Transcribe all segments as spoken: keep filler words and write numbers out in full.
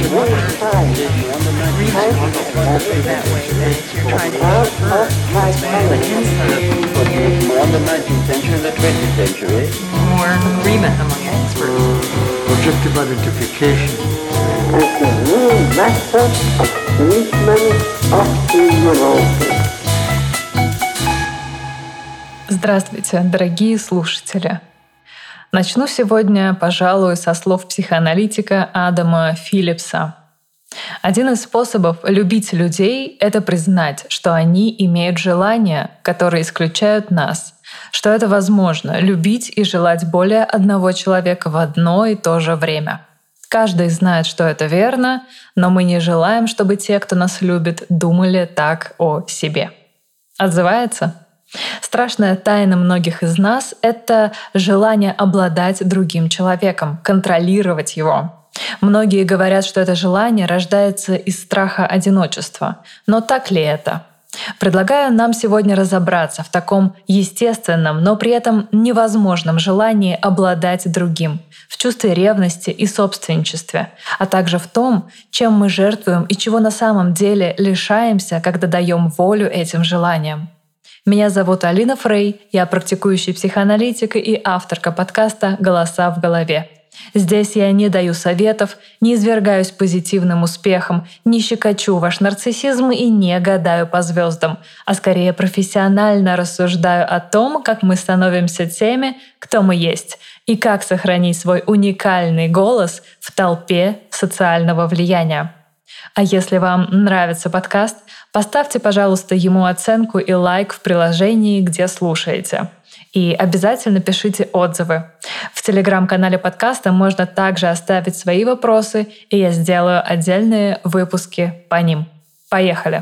More agreement among experts. Objective identification. As a new method of treatment of the neurosis. Здравствуйте, дорогие слушатели! Начну сегодня, пожалуй, со слов психоаналитика Адама Филлипса. Один из способов любить людей — это признать, что они имеют желания, которые исключают нас, что это возможно — любить и желать более одного человека в одно и то же время. Каждый знает, что это верно, но мы не желаем, чтобы те, кто нас любит, думали так о себе. Отзывается? Страшная тайна многих из нас — это желание обладать другим человеком, контролировать его. Многие говорят, что это желание рождается из страха одиночества. Но так ли это? Предлагаю нам сегодня разобраться в таком естественном, но при этом невозможном желании обладать другим, в чувстве ревности и собственничестве, а также в том, чем мы жертвуем и чего на самом деле лишаемся, когда даем волю этим желаниям. Меня зовут Алина Фрей, я практикующий психоаналитик и авторка подкаста «Голоса в голове». Здесь я не даю советов, не извергаюсь позитивным успехом, не щекочу ваш нарциссизм и не гадаю по звездам, а скорее профессионально рассуждаю о том, как мы становимся теми, кто мы есть, и как сохранить свой уникальный голос в толпе социального влияния. А если вам нравится подкаст, поставьте, пожалуйста, ему оценку и лайк в приложении, где слушаете. И обязательно пишите отзывы. В телеграм-канале подкаста можно также оставить свои вопросы, и я сделаю отдельные выпуски по ним. Поехали!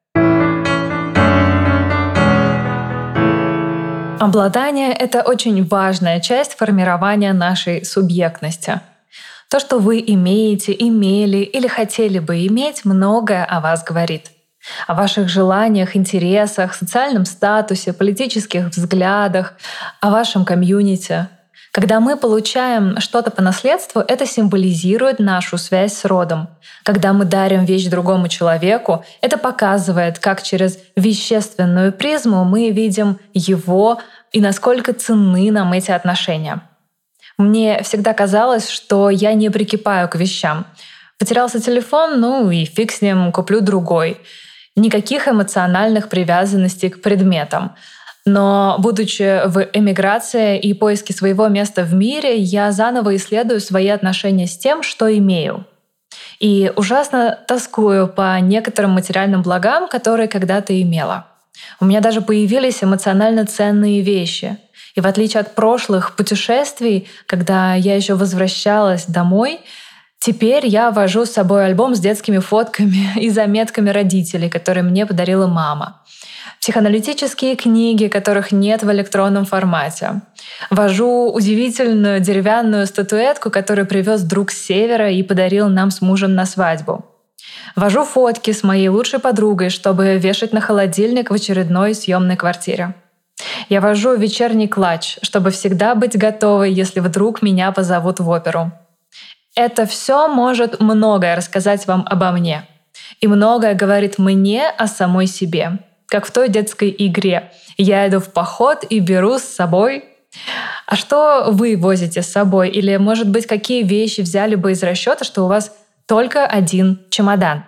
Обладание — это очень важная часть формирования нашей субъектности. То, что вы имеете, имели или хотели бы иметь, многое о вас говорит. О ваших желаниях, интересах, социальном статусе, политических взглядах, о вашем комьюнити. Когда мы получаем что-то по наследству, это символизирует нашу связь с родом. Когда мы дарим вещь другому человеку, это показывает, как через вещественную призму мы видим его и насколько ценны нам эти отношения. Мне всегда казалось, что я не прикипаю к вещам. Потерялся телефон, ну и фиг с ним, куплю другой. Никаких эмоциональных привязанностей к предметам. Но, будучи в эмиграции и поиске своего места в мире, я заново исследую свои отношения с тем, что имею. И ужасно тоскую по некоторым материальным благам, которые когда-то имела. У меня даже появились эмоционально ценные вещи. И в отличие от прошлых путешествий, когда я еще возвращалась домой, теперь я вожу с собой альбом с детскими фотками и заметками родителей, которые мне подарила мама. Психоаналитические книги, которых нет в электронном формате. Вожу удивительную деревянную статуэтку, которую привез друг с севера и подарил нам с мужем на свадьбу. Вожу фотки с моей лучшей подругой, чтобы вешать на холодильник в очередной съемной квартире. Я вожу вечерний клатч, чтобы всегда быть готовой, если вдруг меня позовут в оперу. Это все может многое рассказать вам обо мне. И многое говорит мне о самой себе. Как в той детской игре. Я иду в поход и беру с собой. А что вы возите с собой? Или, может быть, какие вещи взяли бы из расчета, что у вас только один чемодан?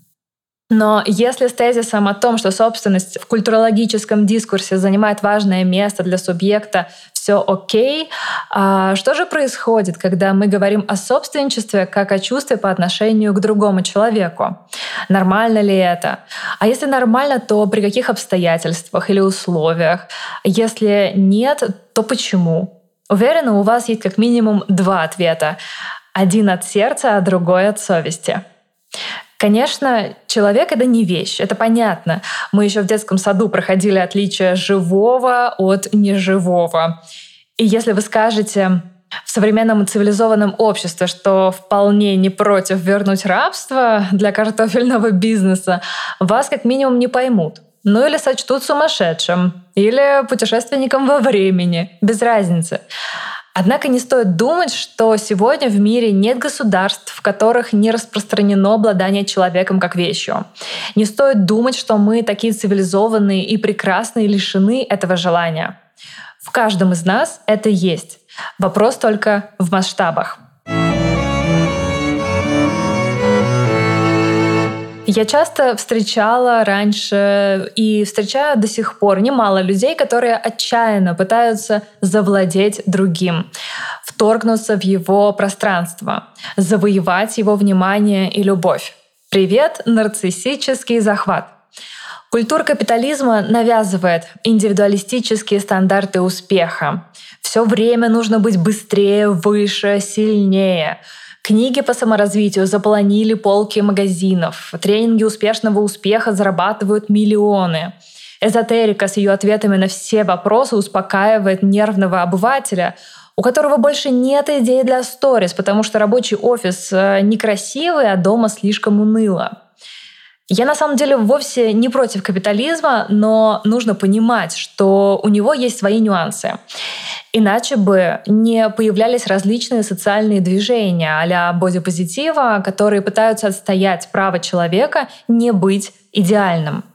Но если с тезисом о том, что собственность в культурологическом дискурсе занимает важное место для субъекта, все окей, а что же происходит, когда мы говорим о собственничестве как о чувстве по отношению к другому человеку? Нормально ли это? А если нормально, то при каких обстоятельствах или условиях? Если нет, то почему? Уверена, у вас есть как минимум два ответа. Один от сердца, а другой от совести. Конечно, человек — это не вещь, это понятно. Мы еще в детском саду проходили отличие живого от неживого. И если вы скажете в современном цивилизованном обществе, что вполне не против вернуть рабство для картофельного бизнеса, вас как минимум не поймут. Ну или сочтут сумасшедшим, или путешественником во времени, без разницы. Однако не стоит думать, что сегодня в мире нет государств, в которых не распространено обладание человеком как вещью. Не стоит думать, что мы такие цивилизованные и прекрасные, лишены этого желания. В каждом из нас это есть. Вопрос только в масштабах. Я часто встречала раньше и встречаю до сих пор немало людей, которые отчаянно пытаются завладеть другим, вторгнуться в его пространство, завоевать его внимание и любовь. Привет, нарциссический захват. Культура капитализма навязывает индивидуалистические стандарты успеха. Все время нужно быть быстрее, выше, сильнее. Книги по саморазвитию заполонили полки магазинов. Тренинги успешного успеха зарабатывают миллионы. Эзотерика с ее ответами на все вопросы успокаивает нервного обывателя, у которого больше нет идей для сторис, потому что рабочий офис некрасивый, а дома слишком уныло. Я на самом деле вовсе не против капитализма, но нужно понимать, что у него есть свои нюансы. Иначе бы не появлялись различные социальные движения а-ля бодипозитива, которые пытаются отстоять право человека не быть идеальным.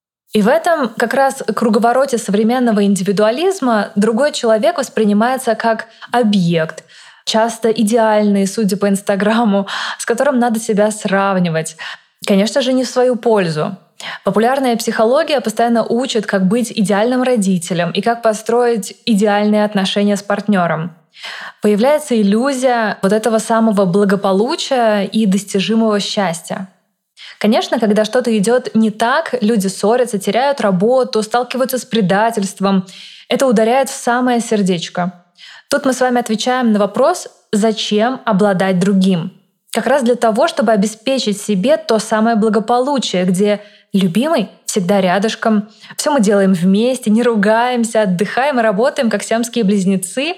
И в этом как раз круговороте современного индивидуализма другой человек воспринимается как объект, часто идеальный, судя по Инстаграму, с которым надо себя сравнивать. Конечно же, не в свою пользу. Популярная психология постоянно учит, как быть идеальным родителем и как построить идеальные отношения с партнером. Появляется иллюзия вот этого самого благополучия и достижимого счастья. Конечно, когда что-то идет не так, люди ссорятся, теряют работу, сталкиваются с предательством. Это ударяет в самое сердечко. Тут мы с вами отвечаем на вопрос, зачем обладать другим. Как раз для того, чтобы обеспечить себе то самое благополучие, где любимый всегда рядышком, все мы делаем вместе, не ругаемся, отдыхаем и работаем, как сиамские близнецы,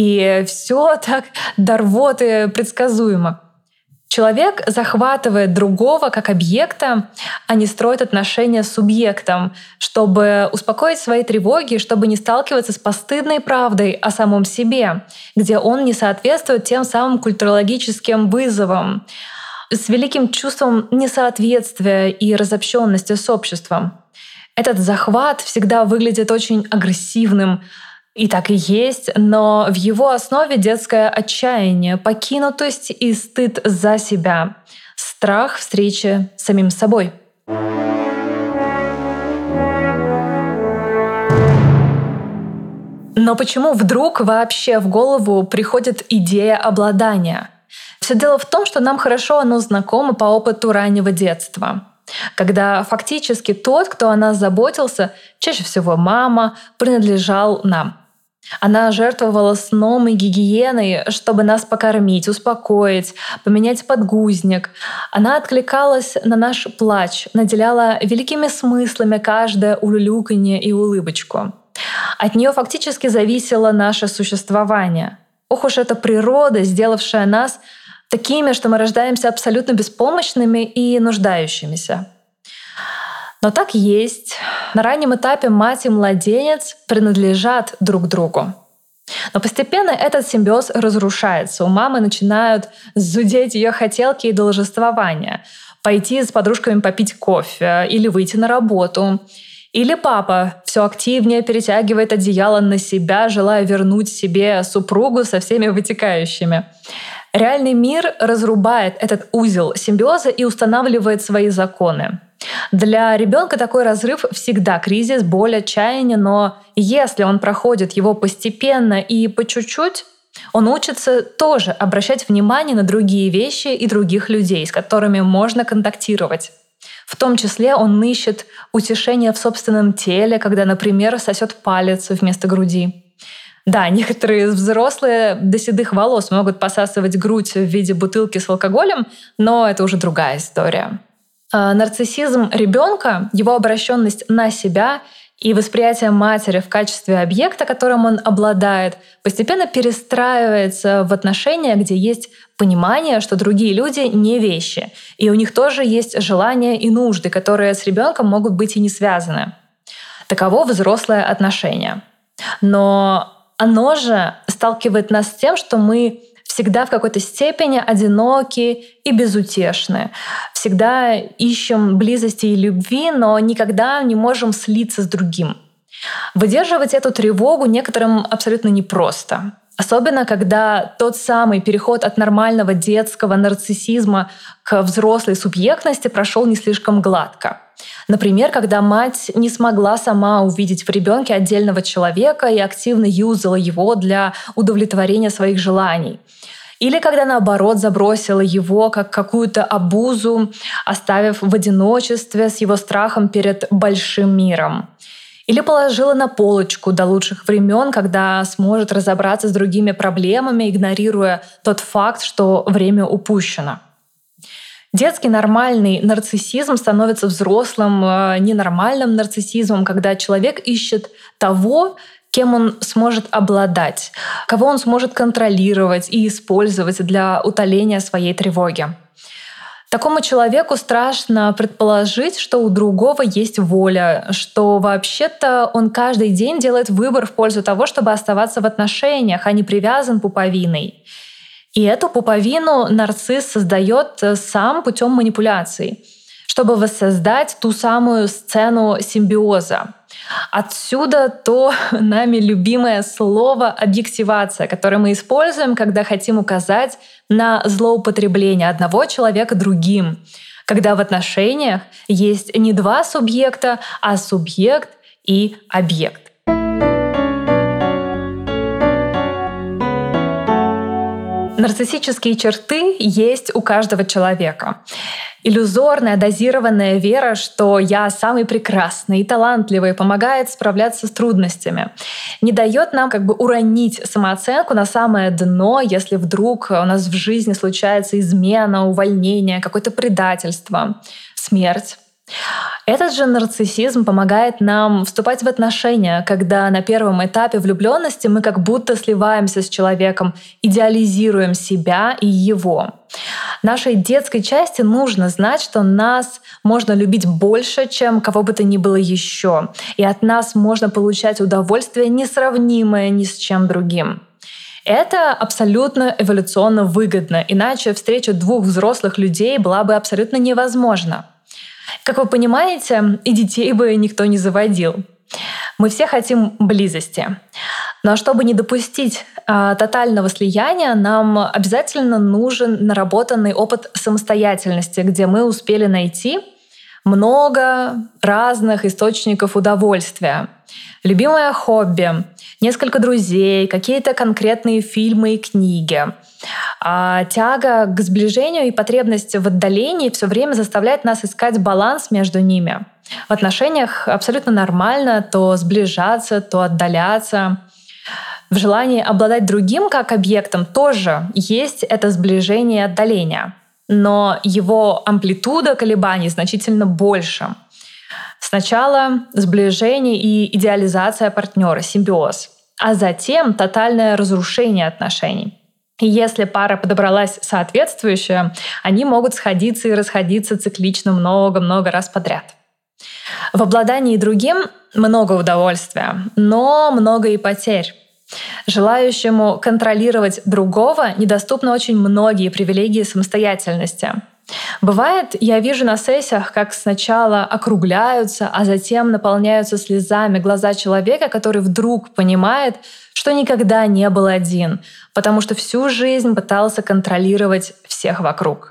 и все так до рвоты предсказуемо. Человек захватывает другого как объекта, а не строит отношения с субъектом, чтобы успокоить свои тревоги, чтобы не сталкиваться с постыдной правдой о самом себе, где он не соответствует тем самым культурологическим вызовам, с великим чувством несоответствия и разобщенности с обществом. Этот захват всегда выглядит очень агрессивным, и так и есть, но в его основе детское отчаяние, покинутость и стыд за себя, страх встречи с самим собой. Но почему вдруг вообще в голову приходит идея обладания? Все дело в том, что нам хорошо оно знакомо по опыту раннего детства, когда фактически тот, кто о нас заботился, чаще всего мама, принадлежал нам. Она жертвовала сном и гигиеной, чтобы нас покормить, успокоить, поменять подгузник. Она откликалась на наш плач, наделяла великими смыслами каждое улюлюканье и улыбочку. От нее фактически зависело наше существование. Ох уж эта природа, сделавшая нас такими, что мы рождаемся абсолютно беспомощными и нуждающимися. Но так есть. На раннем этапе мать и младенец принадлежат друг другу. Но постепенно этот симбиоз разрушается. У мамы начинают зудеть ее хотелки и должествования. Пойти с подружками попить кофе или выйти на работу. Или папа все активнее перетягивает одеяло на себя, желая вернуть себе супругу со всеми вытекающими. Реальный мир разрубает этот узел симбиоза и устанавливает свои законы. Для ребенка такой разрыв всегда кризис, боль, отчаяние, но если он проходит его постепенно и по чуть-чуть, он учится тоже обращать внимание на другие вещи и других людей, с которыми можно контактировать. В том числе он ищет утешение в собственном теле, когда, например, сосет палец вместо груди. Да, некоторые взрослые до седых волос могут посасывать грудь в виде бутылки с алкоголем, но это уже другая история. Нарциссизм ребенка, его обращенность на себя и восприятие матери в качестве объекта, которым он обладает, постепенно перестраивается в отношения, где есть понимание, что другие люди не вещи, и у них тоже есть желания и нужды, которые с ребенком могут быть и не связаны. Таково взрослое отношение. Но оно же сталкивает нас с тем, что мы всегда в какой-то степени одиноки и безутешны. Всегда ищем близости и любви, но никогда не можем слиться с другим. Выдерживать эту тревогу некоторым абсолютно непросто. Особенно, когда тот самый переход от нормального детского нарциссизма к взрослой субъектности прошел не слишком гладко. Например, когда мать не смогла сама увидеть в ребенке отдельного человека и активно юзала его для удовлетворения своих желаний. Или когда, наоборот, забросила его как какую-то обузу, оставив в одиночестве с его страхом перед большим миром. Или положила на полочку до лучших времен, когда сможет разобраться с другими проблемами, игнорируя тот факт, что время упущено. Детский нормальный нарциссизм становится взрослым ненормальным нарциссизмом, когда человек ищет того, кем он сможет обладать, кого он сможет контролировать и использовать для утоления своей тревоги. Такому человеку страшно предположить, что у другого есть воля, что вообще-то он каждый день делает выбор в пользу того, чтобы оставаться в отношениях, а не привязан пуповиной. И эту пуповину нарцисс создает сам путем манипуляций, чтобы воссоздать ту самую сцену симбиоза. Отсюда то нами любимое слово «объективация», которое мы используем, когда хотим указать на злоупотребление одного человека другим, когда в отношениях есть не два субъекта, а субъект и объект. Нарциссические черты есть у каждого человека. Иллюзорная, дозированная вера, что я самый прекрасный и талантливый, помогает справляться с трудностями, не дает нам как бы уронить самооценку на самое дно, если вдруг у нас в жизни случается измена, увольнение, какое-то предательство, смерть. Этот же нарциссизм помогает нам вступать в отношения, когда на первом этапе влюбленности мы как будто сливаемся с человеком, идеализируем себя и его. Нашей детской части нужно знать, что нас можно любить больше, чем кого бы то ни было еще, и от нас можно получать удовольствие, несравнимое ни с чем другим. Это абсолютно эволюционно выгодно, иначе встреча двух взрослых людей была бы абсолютно невозможна. Как вы понимаете, и детей бы никто не заводил. Мы все хотим близости. Но чтобы не допустить э, тотального слияния, нам обязательно нужен наработанный опыт самостоятельности, где мы успели найти много разных источников удовольствия. Любимое хобби, несколько друзей, какие-то конкретные фильмы и книги. А тяга к сближению и потребность в отдалении все время заставляет нас искать баланс между ними. В отношениях абсолютно нормально то сближаться, то отдаляться. В желании обладать другим как объектом тоже есть это сближение и отдаление. Но его амплитуда колебаний значительно больше. Сначала сближение и идеализация партнера, симбиоз, а затем тотальное разрушение отношений. И если пара подобралась соответствующая, они могут сходиться и расходиться циклично много-много раз подряд. В обладании другим много удовольствия, но много и потерь. Желающему контролировать другого недоступны очень многие привилегии самостоятельности. Бывает, я вижу на сессиях, как сначала округляются, а затем наполняются слезами глаза человека, который вдруг понимает, что никогда не был один, потому что всю жизнь пытался контролировать всех вокруг.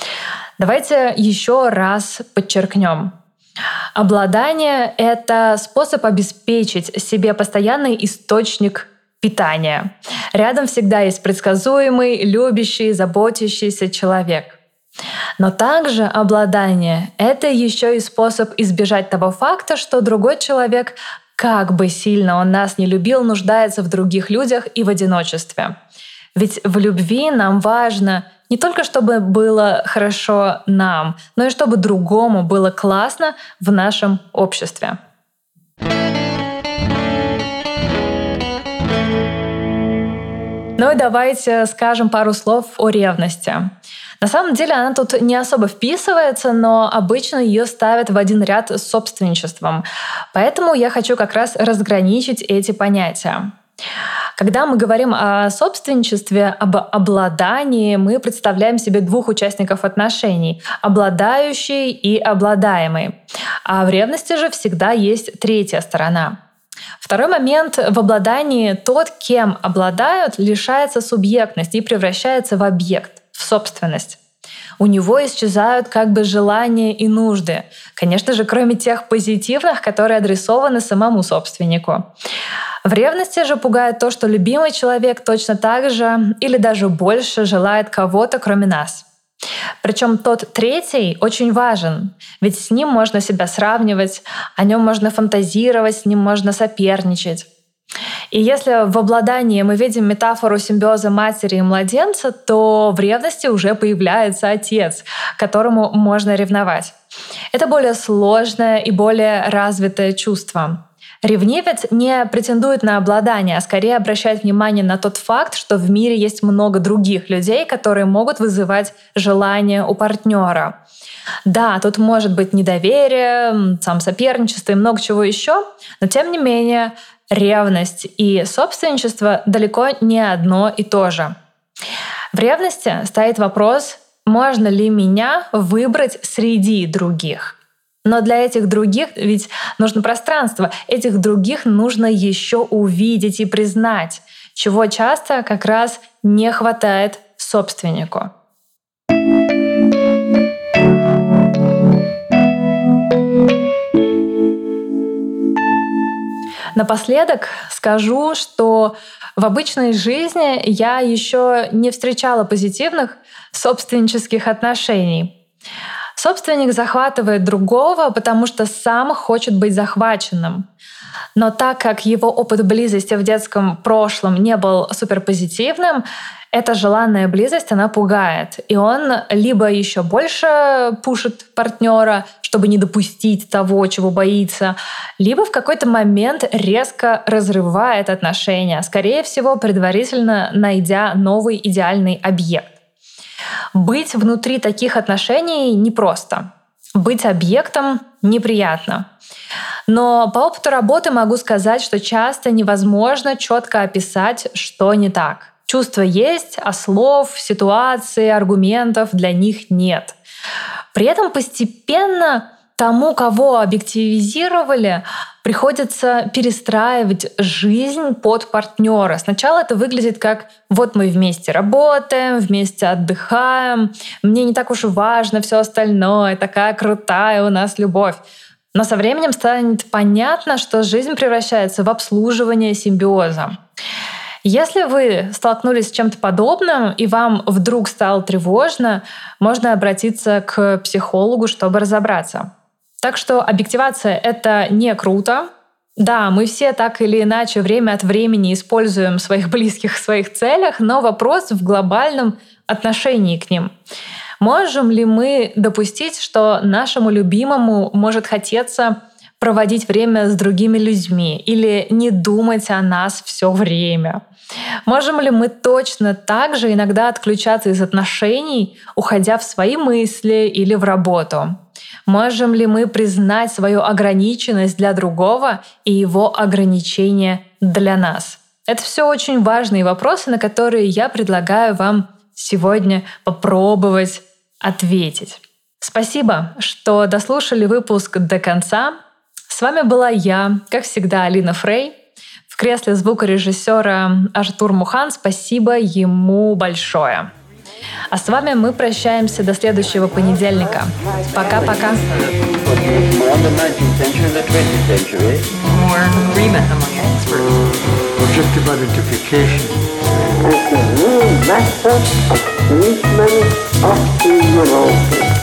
Давайте еще раз подчеркнем. Обладание — это способ обеспечить себе постоянный источник питания. Рядом всегда есть предсказуемый, любящий, заботящийся человек. Но также обладание — это еще и способ избежать того факта, что другой человек, как бы сильно он нас не любил, нуждается в других людях и в одиночестве. Ведь в любви нам важно не только чтобы было хорошо нам, но и чтобы другому было классно в нашем обществе. Ну и давайте скажем пару слов о ревности. На самом деле она тут не особо вписывается, но обычно ее ставят в один ряд с собственничеством. Поэтому я хочу как раз разграничить эти понятия. Когда мы говорим о собственничестве, об обладании, мы представляем себе двух участников отношений — обладающий и обладаемый. А в ревности же всегда есть третья сторона. Второй момент в обладании — тот, кем обладают, лишается субъектности и превращается в объект, в собственность. У него исчезают как бы желания и нужды. Конечно же, кроме тех позитивных, которые адресованы самому собственнику. В ревности же пугает то, что любимый человек точно так же или даже больше желает кого-то, кроме нас. Причем тот третий очень важен, ведь с ним можно себя сравнивать, о нем можно фантазировать, с ним можно соперничать. И если в обладании мы видим метафору симбиоза матери и младенца, то в ревности уже появляется отец, к которому можно ревновать. Это более сложное и более развитое чувство. Ревнивец не претендует на обладание, а скорее обращает внимание на тот факт, что в мире есть много других людей, которые могут вызывать желание у партнера. Да, тут может быть недоверие, сам соперничество и много чего еще, но тем не менее ревность и собственничество далеко не одно и то же. В ревности стоит вопрос, можно ли меня выбрать среди других. Но для этих других ведь нужно пространство, этих других нужно еще увидеть и признать, чего часто как раз не хватает собственнику. Напоследок скажу, что в обычной жизни я еще не встречала позитивных собственнических отношений. Собственник захватывает другого, потому что сам хочет быть захваченным. Но так как его опыт близости в детском прошлом не был суперпозитивным, эта желанная близость, она пугает. И он либо еще больше пушит партнера, чтобы не допустить того, чего боится, либо в какой-то момент резко разрывает отношения, скорее всего, предварительно найдя новый идеальный объект. Быть внутри таких отношений непросто. Быть объектом неприятно. Но по опыту работы могу сказать, что часто невозможно четко описать, что не так. Чувства есть, а слов, ситуации, аргументов для них нет. При этом постепенно тому, кого объективизировали, приходится перестраивать жизнь под партнера. Сначала это выглядит как вот мы вместе работаем, вместе отдыхаем, мне не так уж важно все остальное, такая крутая у нас любовь. Но со временем станет понятно, что жизнь превращается в обслуживание симбиоза. Если вы столкнулись с чем-то подобным и вам вдруг стало тревожно, можно обратиться к психологу, чтобы разобраться. Так что объективация — это не круто. Да, мы все так или иначе время от времени используем своих близких в своих целях, но вопрос в глобальном отношении к ним. Можем ли мы допустить, что нашему любимому может хотеться проводить время с другими людьми или не думать о нас все время? Можем ли мы точно так же иногда отключаться из отношений, уходя в свои мысли или в работу? Можем ли мы признать свою ограниченность для другого и его ограничения для нас? Это все очень важные вопросы, на которые я предлагаю вам сегодня попробовать ответить. Спасибо, что дослушали выпуск до конца. С вами была я, как всегда, Алина Фрей. В кресле звукорежиссера Артур Мухан. Спасибо ему большое. А с вами мы прощаемся до следующего понедельника. Пока-пока. More agreement among experts. Objective identification. as the new method of treatment of the neurosis.